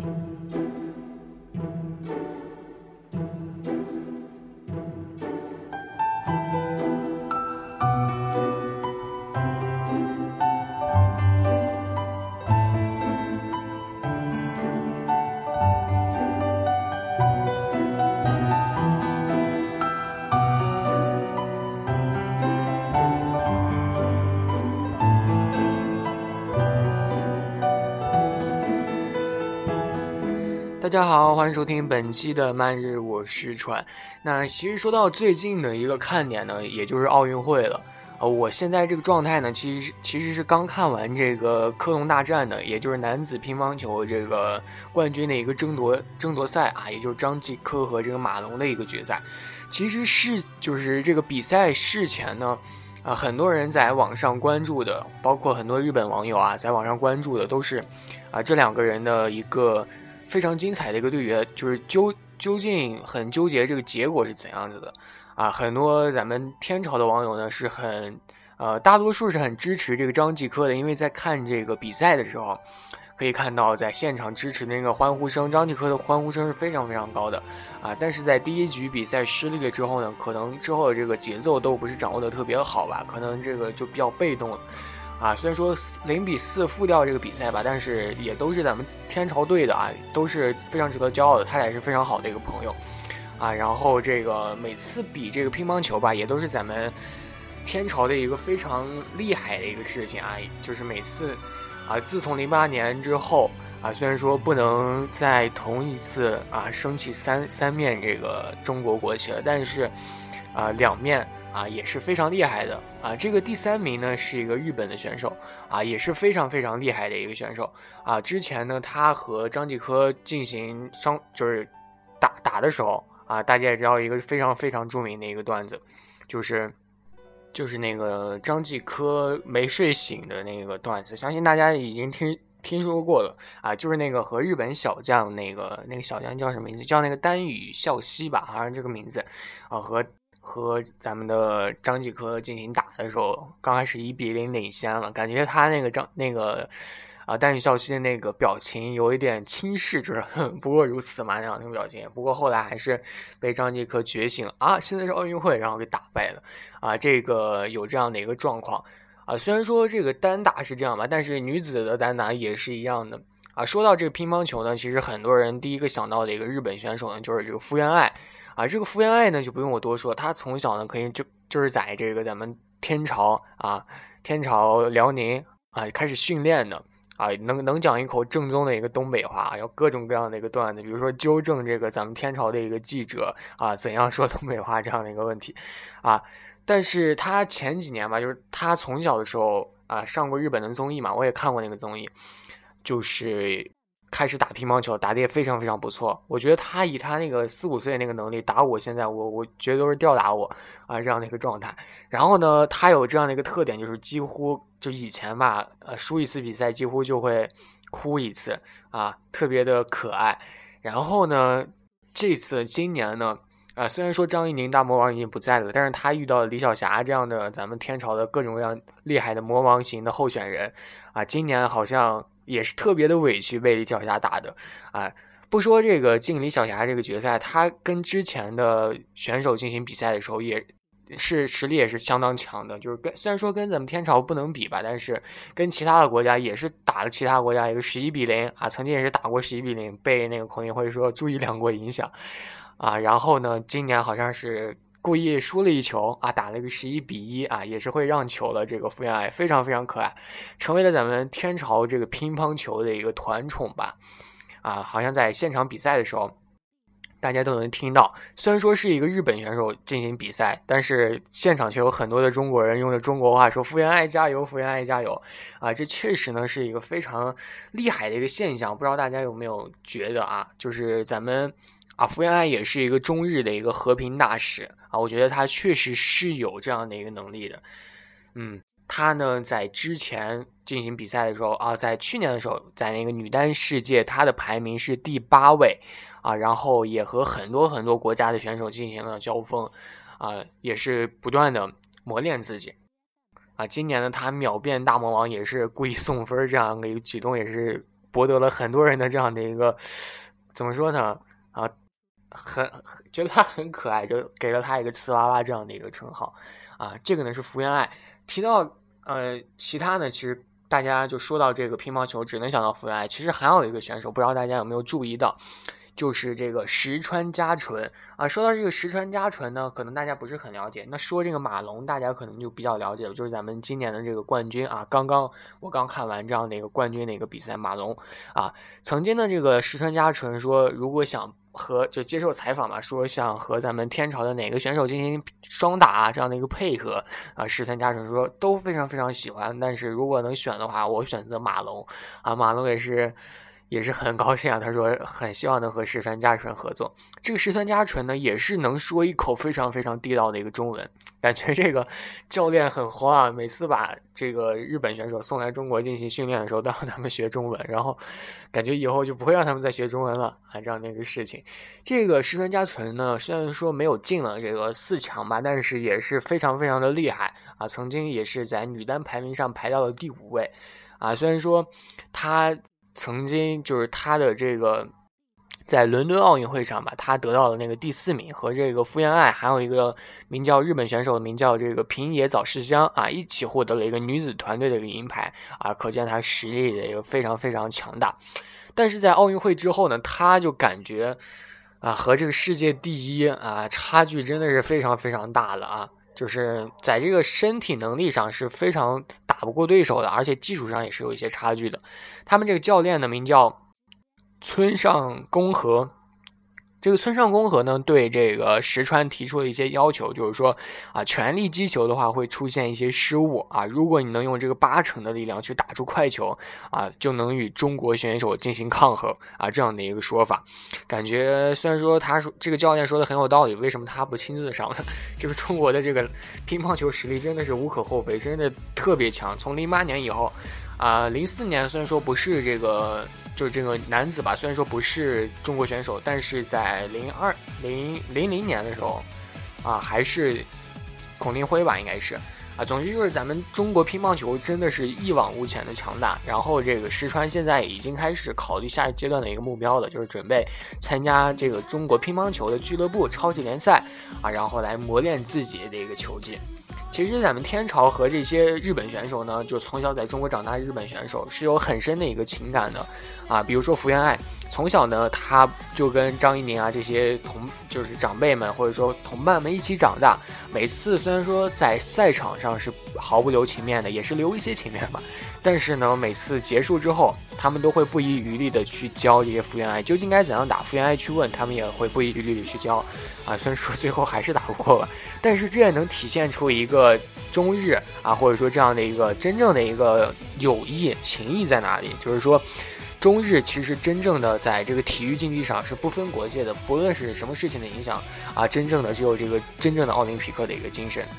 大家好，欢迎收听本期的漫日，我是川。那其实说到最近的一个看点呢，也就是奥运会了。我现在这个状态呢，其实是刚看完这个科隆大战的，也就是男子乒乓球这个冠军的一个争夺赛啊，也就是张继科和这个马龙的一个决赛。其实就是这个比赛事前呢，很多人在网上关注的，包括很多日本网友啊，在网上关注的都是这两个人的一个非常精彩的一个对决，就是究竟很纠结这个结果是怎样子的啊？很多咱们天朝的网友呢是大多数是很支持这个张继科的，因为在看这个比赛的时候，可以看到在现场支持的那个欢呼声，张继科的欢呼声是非常非常高的啊。但是在第一局比赛失利了之后呢，可能之后的这个节奏都不是掌握的特别好吧，可能这个就比较被动了。虽然说0-4负掉这个比赛吧，但是也都是咱们天朝队的啊，都是非常值得骄傲的，他俩也是非常好的一个朋友啊。然后这个每次比这个乒乓球吧，也都是咱们天朝的一个非常厉害的一个事情啊，就是每次自从08年之后虽然说不能在同一次升起三面这个中国国旗了，但是两面也是非常厉害的这个第3名呢是一个日本的选手也是非常非常厉害的一个选手之前呢他和张继科进行就是打的时候大家也知道一个非常非常著名的一个段子，就是那个张继科没睡醒的那个段子，相信大家已经听说过了就是那个和日本小将那个小将叫什么名字，叫那个丹羽孝希吧，好像这个名字和咱们的张继科进行打的时候，刚开始1-0领先了，感觉他丹羽孝希的那个表情有一点轻视，就是不过如此嘛那样的表情。不过后来还是被张继科觉醒了现在是奥运会，然后给打败了这个有这样的一个状况虽然说这个单打是这样吧，但是女子的单打也是一样的说到这个乒乓球呢，其实很多人第一个想到的一个日本选手呢，就是这个福原爱这个福原爱呢就不用我多说，她从小呢可以就是在这个咱们天朝辽宁开始训练的能讲一口正宗的一个东北话有各种各样的一个段子，比如说纠正这个咱们天朝的一个记者怎样说东北话这样的一个问题但是他前几年吧，就是他从小的时候上过日本的综艺嘛，我也看过那个综艺，就是开始打乒乓球，打得也非常非常不错。我觉得他以他那个4-5岁那个能力打我，现在我觉得都是吊打我这样的一个状态。然后呢，他有这样的一个特点，就是几乎就以前吧输一次比赛几乎就会哭一次特别的可爱。然后呢，今年呢虽然说张怡宁大魔王已经不在了，但是他遇到了李晓霞这样的咱们天朝的各种各样厉害的魔王型的候选人今年好像也是特别的委屈被李晓霞打的不说这个进李晓霞这个决赛，他跟之前的选手进行比赛的时候也是实力也是相当强的，就是虽然说跟咱们天朝不能比吧，但是跟其他的国家也是打了其他国家一个11-0曾经也是打过11-0，被那个孔令辉说注意两国影响然后呢今年好像是故意输了一球打了一个11-1也是会让球了，这个福原爱非常非常可爱，成为了咱们天朝这个乒乓球的一个团宠吧好像在现场比赛的时候大家都能听到，虽然说是一个日本选手进行比赛，但是现场却有很多的中国人用着中国话说福原爱加油，福原爱加油这确实呢是一个非常厉害的一个现象，不知道大家有没有觉得就是咱们福原爱也是一个中日的一个和平大使我觉得他确实是有这样的一个能力的他呢在之前进行比赛的时候在去年的时候，在那个女单世界他的排名是第8位然后也和很多很多国家的选手进行了交锋也是不断的磨练自己今年呢他秒变大魔王，也是故意送分这样的一个举动，也是博得了很多人的这样的一个怎么说呢啊，觉得他很可爱，就给了他一个瓷娃娃这样的一个称号啊。这个呢是福原爱。提到其他呢，其实大家就说到这个乒乓球，只能想到福原爱。其实还有一个选手，不知道大家有没有注意到，就是这个石川佳纯啊。说到这个石川佳纯呢，可能大家不是很了解。那说这个马龙，大家可能就比较了解了，就是咱们今年的这个冠军啊。我刚看完这样的一个冠军的一个比赛，马龙啊，曾经的这个石川佳纯说，如果想就接受采访嘛，说想和咱们天朝的哪个选手进行双打这样的一个配合啊，石川佳纯说都非常非常喜欢，但是如果能选的话，我选择马龙啊。马龙也是很高兴啊，他说很希望能和石川佳纯合作。这个石川佳纯呢，也是能说一口非常非常地道的一个中文，感觉这个教练很慌啊，每次把这个日本选手送来中国进行训练的时候，都让他们学中文，然后感觉以后就不会让他们再学中文了啊，这样的一个事情。这个石川佳纯呢，虽然说没有进了这个4强吧，但是也是非常非常的厉害啊，曾经也是在女单排名上排到了第5位啊。虽然说他曾经就是他的这个在伦敦奥运会上吧，他得到了那个第4名，和这个福原爱还有一个日本选手名叫这个平野早世香啊，一起获得了一个女子团队的一个银牌啊，可见他实力的一个非常非常强大。但是在奥运会之后呢，他就感觉啊和这个世界第一啊差距真的是非常非常大了啊。就是在这个身体能力上是非常打不过对手的，而且技术上也是有一些差距的。他们这个教练呢名叫村上恭和，这个村上恭和呢对这个石川提出了一些要求，就是说啊，全力击球的话会出现一些失误啊，如果你能用这个80%的力量去打出快球啊，就能与中国选手进行抗衡啊，这样的一个说法。感觉虽然说他说这个教练说的很有道理，为什么他不亲自上呢？这个中国的这个乒乓球实力真的是无可厚非，真的特别强。从08年以后啊，04年虽然说不是这个男子吧，虽然说不是中国选手，但是在00年的时候啊，还是孔令辉吧，应该是啊。总之就是咱们中国乒乓球真的是一往无前的强大。然后这个石川现在已经开始考虑下一阶段的一个目标了，就是准备参加这个中国乒乓球的俱乐部超级联赛啊，然后来磨练自己的一个球技。其实咱们天朝和这些日本选手呢，就从小在中国长大的日本选手是有很深的一个情感的啊。比如说福原爱，从小呢他就跟张怡宁啊这些就是长辈们或者说同伴们一起长大，每次虽然说在赛场上是毫不留情面的，也是留一些情面吧，但是呢每次结束之后，他们都会不遗余力的去教这些福原爱究竟该怎样打，福原爱去问，他们也会不遗余力的去教啊。虽然说最后还是打不过吧，但是这也能体现出一个中日啊，或者说这样的一个真正的一个友谊情谊在哪里，就是说中日其实真正的在这个体育竞技上是不分国界的，不论是什么事情的影响啊，真正的只有这个真正的奥林匹克的一个精神。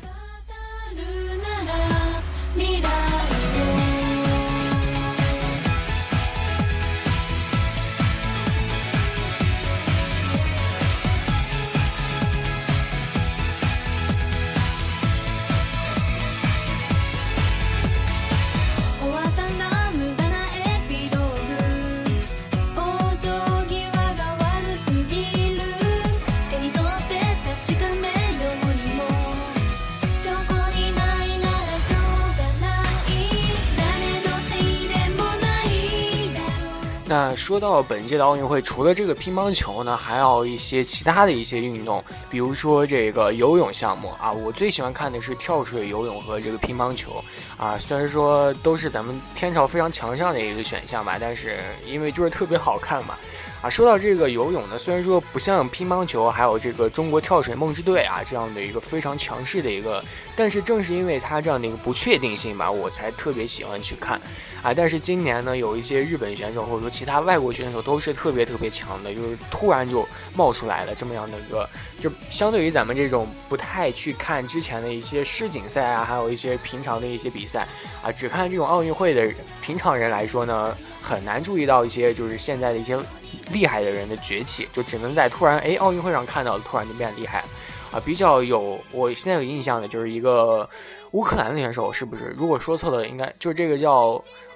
那说到本届的奥运会，除了这个乒乓球呢，还有一些其他的一些运动，比如说这个游泳项目啊，我最喜欢看的是跳水、游泳和这个乒乓球啊。虽然说都是咱们天朝非常强项的一个选项吧，但是因为就是特别好看嘛。啊，说到这个游泳呢，虽然说不像乒乓球还有这个中国跳水梦之队啊这样的一个非常强势的一个，但是正是因为它这样的一个不确定性吧，我才特别喜欢去看啊。但是今年呢，有一些日本选手或者说其他外国选手都是特别特别强的，就是突然就冒出来了这么样的一个，就相对于咱们这种不太去看之前的一些世锦赛啊，还有一些平常的一些比赛啊，只看这种奥运会的平常人来说呢，很难注意到一些就是现在的一些厉害的人的崛起，就只能在突然奥运会上看到，突然就变厉害了啊。比较我现在有印象的就是一个乌克兰的选手，是不是？如果说错了，应该就是这个叫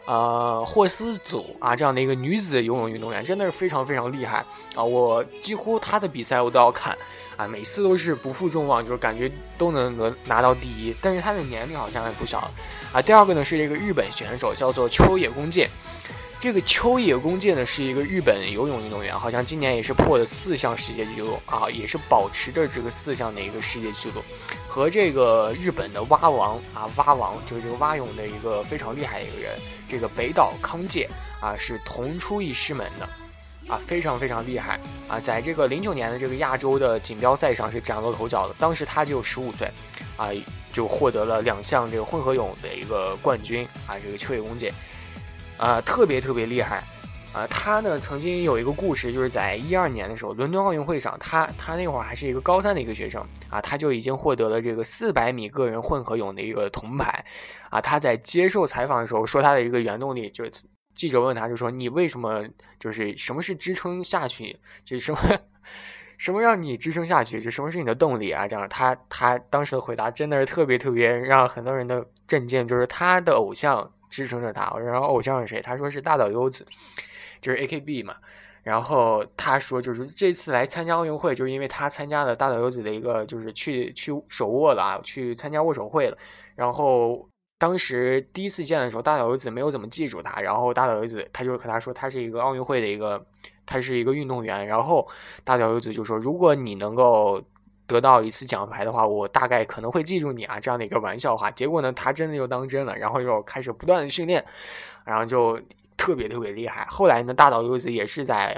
霍思祖啊这样的一个女子游泳运动员，真的是非常非常厉害啊！我几乎她的比赛我都要看啊，每次都是不负众望，就是感觉都能拿到第一。但是她的年龄好像还不小啊。第二个呢是这个日本选手叫做秋野公介。这个秋野公介呢是一个日本游泳运动员，好像今年也是破了4项世界纪录啊，也是保持着这个4项的一个世界纪录，和这个日本的蛙王就是这个蛙泳的一个非常厉害的一个人，这个北岛康介啊是同出一师门的啊，非常非常厉害啊，在这个09年的这个亚洲的锦标赛上是崭露头角的，当时他只有15岁啊，就获得了2项这个混合泳的一个冠军啊，这个秋野公介。特别特别厉害，他呢曾经有一个故事，就是在12年的时候，伦敦奥运会上，他那会儿还是一个高3的一个学生啊，他就已经获得了这个400米个人混合泳的一个铜牌啊。他在接受采访的时候说他的一个原动力，就是记者问他就说你为什么就是什么是支撑下去，就是什么让你支撑下去，就什么是你的动力啊？这样他当时的回答真的是特别特别让很多人的震惊，就是他的偶像支撑着他，然后偶像是谁？他说是大岛优子，就是 AKB 嘛。然后他说就是这次来参加奥运会，就是因为他参加了大岛优子的一个，就是去手握了啊，去参加握手会了。然后当时第一次见的时候，大岛优子没有怎么记住他，然后大岛优子他就和他说他是一个奥运会的一个，他是一个运动员。然后大岛优子就说如果你能够得到1次奖牌的话，我大概可能会记住你啊，这样的一个玩笑话。结果呢，他真的就当真了，然后又开始不断的训练，然后就特别特别厉害。后来呢，大岛优子也是在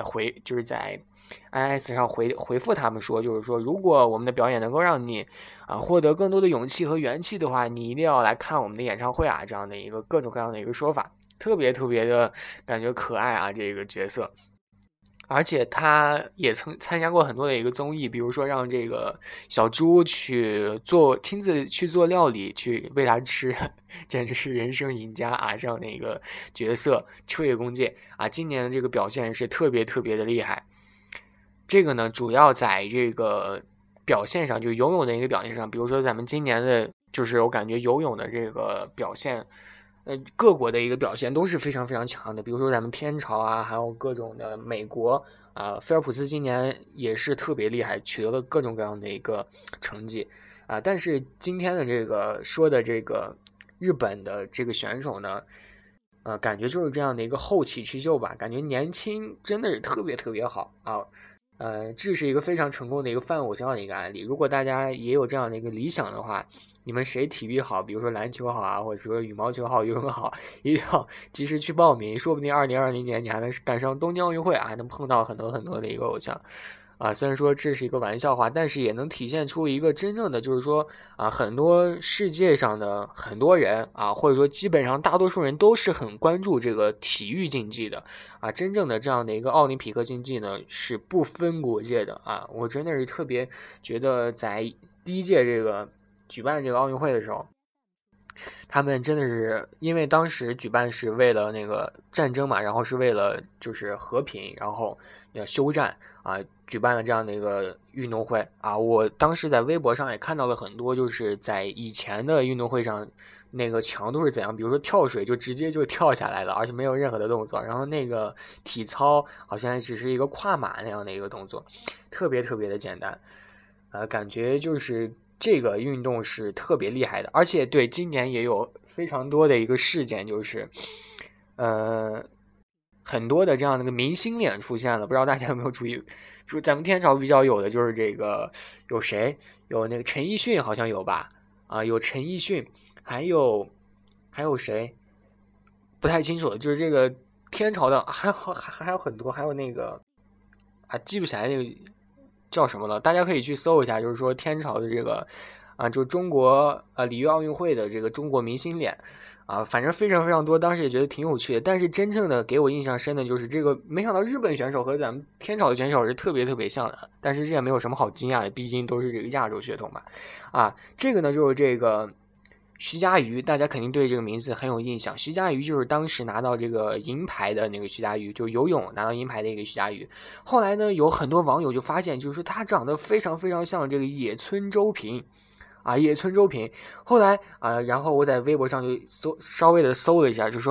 IS 上回复他们说，就是说如果我们的表演能够让你获得更多的勇气和元气的话，你一定要来看我们的演唱会啊，这样的一个各种各样的一个说法，特别特别的感觉可爱啊，这个角色。而且他也曾参加过很多的一个综艺，比如说让这个小猪亲自去做料理去喂他吃，简直是人生赢家啊！这样的一个角色秋野公介啊，今年的这个表现是特别特别的厉害。这个呢，主要在这个表现上，就游泳的一个表现上，比如说咱们今年的，就是我感觉游泳的这个表现。各国的一个表现都是非常非常强的，比如说咱们天朝啊，还有各种的美国啊，菲尔普斯今年也是特别厉害，取得了各种各样的一个成绩啊。但是今天的这个说的这个日本的这个选手呢，感觉就是这样的一个后起之秀吧，感觉年轻真的是特别特别好啊。这是一个非常成功的一个泛偶像的一个案例。如果大家也有这样的一个理想的话，你们谁体育好，比如说篮球好啊，或者说羽毛球好、游泳好，一定要及时去报名，说不定2020年你还能赶上东京奥运会啊，还能碰到很多很多的一个偶像。虽然说这是一个玩笑话，但是也能体现出一个真正的，就是说很多世界上的很多人啊，或者说基本上大多数人都是很关注这个体育竞技的啊。真正的这样的一个奥林匹克竞技呢，是不分国界的啊。我真的是特别觉得，在第一届这个举办这个奥运会的时候，他们真的是因为当时举办是为了那个战争嘛，然后是为了就是和平，然后休战啊，举办了这样的一个运动会啊。我当时在微博上也看到了很多，就是在以前的运动会上那个强度是怎样，比如说跳水就直接就跳下来了，而且没有任何的动作，然后那个体操好像只是一个跨马那样的一个动作，特别特别的简单，感觉就是这个运动是特别厉害的。而且对今年也有非常多的一个事件，就是很多的这样的一个明星脸出现了，不知道大家有没有注意？就咱们天朝比较有的就是这个有谁？有那个陈奕迅好像有吧？有陈奕迅，还有谁？不太清楚，就是这个天朝的还有很多，还有那个记不起来那个叫什么了，大家可以去搜一下，就是说天朝的这个就中国里约奥运会的这个中国明星脸反正非常非常多，当时也觉得挺有趣的。但是真正的给我印象深的就是这个，没想到日本选手和咱们天朝的选手是特别特别像的，但是这也没有什么好惊讶的，毕竟都是这个亚洲血统嘛。这个呢就是这个徐嘉余，大家肯定对这个名字很有印象。徐嘉余就是当时拿到这个银牌的那个徐嘉余，就游泳拿到银牌的一个徐嘉余。后来呢，有很多网友就发现，就是说他长得非常非常像这个野村周平。野村周平。后来然后我在微博上就稍微的搜了一下，就说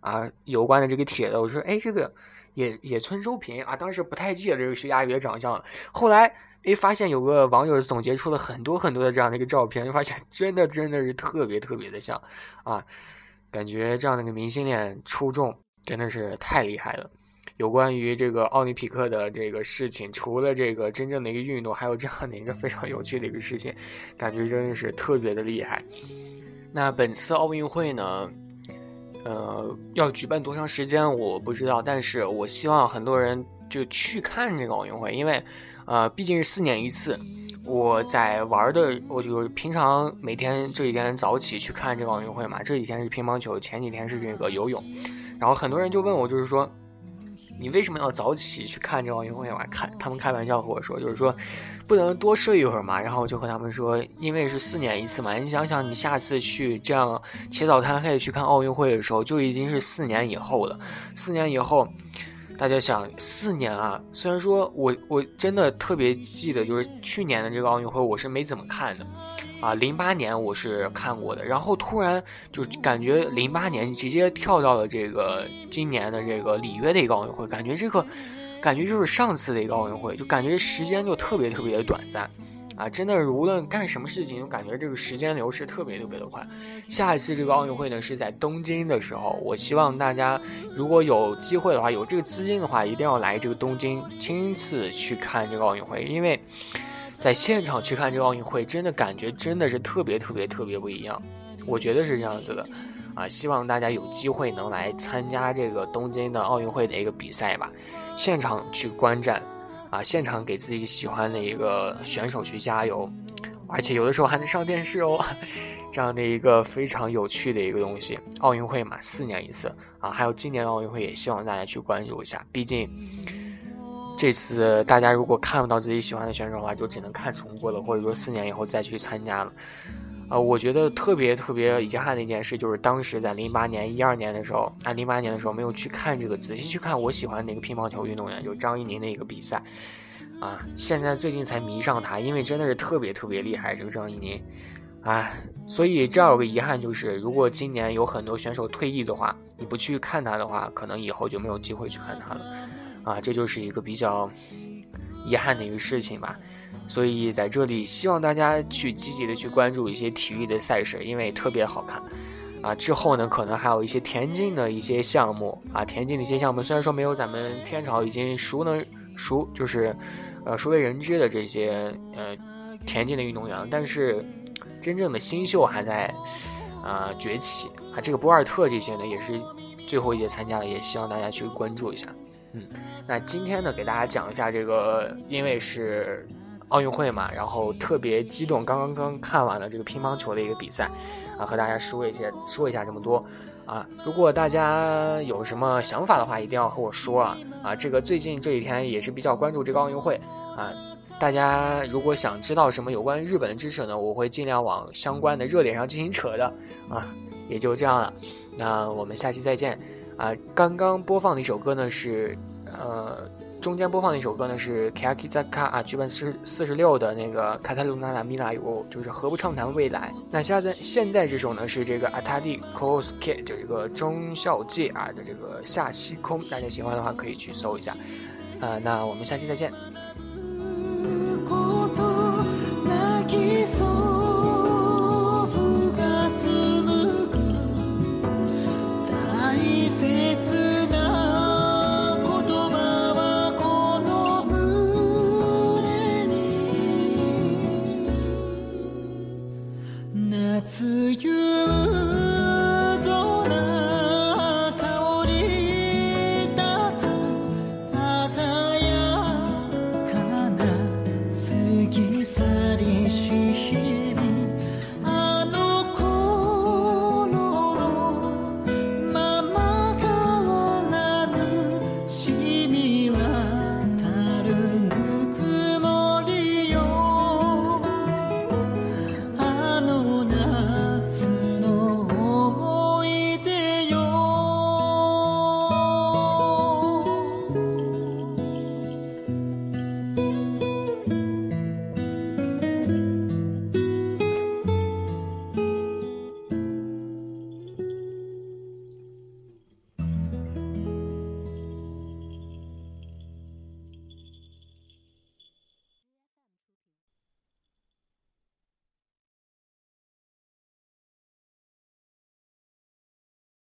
啊有关的这个帖子，我说这个野村周平啊，当时不太记得这个徐佳莹的长相了，后来发现有个网友总结出了很多很多的这样的一个照片，就发现真的是特别的像啊，感觉这样的一个明星脸出众真的是太厉害了。有关于这个奥林匹克的这个事情，除了这个真正的一个运动，还有这样的一个非常有趣的一个事情，感觉真的是特别的厉害。那本次奥运会呢，要举办多长时间我不知道，但是我希望很多人就去看这个奥运会，因为毕竟是4年一次。我在玩的，我就平常每天这几天早起去看这个奥运会嘛，这几天是乒乓球，前几天是这个游泳，然后很多人就问我，就是说你为什么要早起去看这个奥运会嘛？他们开玩笑和我说，就是说不能多睡一会儿嘛。然后我就和他们说，因为是4年一次嘛，你想想，你下次去这样起早贪黑去看奥运会的时候，就已经是4年以后了。4年以后，大家想4年啊，虽然说我真的特别记得，就是去年的这个奥运会我是没怎么看的。08年我是看过的，然后突然就感觉08年直接跳到了这个今年的这个里约的一个奥运会，感觉就是上次的一个奥运会，就感觉时间就特别的短暂啊！真的无论干什么事情，就感觉这个时间流逝特别的快。下一次这个奥运会呢是在东京的时候，我希望大家如果有机会的话，有这个资金的话，一定要来这个东京亲自去看这个奥运会，因为在现场去看这个奥运会，真的感觉真的是特别不一样，我觉得是这样子的啊！希望大家有机会能来参加这个东京的奥运会的一个比赛吧，现场去观战啊，现场给自己喜欢的一个选手去加油，而且有的时候还能上电视哦，这样的一个非常有趣的一个东西。奥运会嘛，4年一次啊，还有今年的奥运会也希望大家去关注一下，毕竟这次大家如果看不到自己喜欢的选手的话，就只能看重播了，或者说4年以后再去参加了。我觉得特别遗憾的一件事就是当时在08年、12年的时候，08年的时候没有去看这个，仔细去看我喜欢的一个乒乓球运动员，就张怡宁的一个比赛啊。现在最近才迷上他，因为真的是特别厉害这个张怡宁啊。所以这样有个遗憾就是，如果今年有很多选手退役的话，你不去看他的话，可能以后就没有机会去看他了啊。这就是一个比较遗憾的一个事情吧。所以在这里希望大家去积极的去关注一些体育的赛事，因为特别好看啊。之后呢，可能还有一些田径的一些项目啊，田径的一些项目虽然说没有咱们天朝已经熟为人知的这些田径的运动员，但是真正的新秀还在崛起啊。这个博尔特这些呢也是最后一届参加了，也希望大家去关注一下。那今天呢给大家讲一下这个，因为是奥运会嘛，然后特别激动，刚刚看完了这个乒乓球的一个比赛啊，和大家说一下这么多啊。如果大家有什么想法的话，一定要和我说啊。这个最近这几天也是比较关注这个奥运会啊。大家如果想知道什么有关日本的知识呢，我会尽量往相关的热点上进行扯的啊。也就这样了，那我们下期再见啊。刚刚播放的一首歌呢是中间播放的一首歌呢是 Keyakizaka 啊，剧本46的那个 Kataluna Mirai， 就是何不畅谈未来。那现在这首呢是这个 Atari Kosuke， 就这个中孝介啊的这个下西空，大家喜欢的话可以去搜一下那我们下期再见。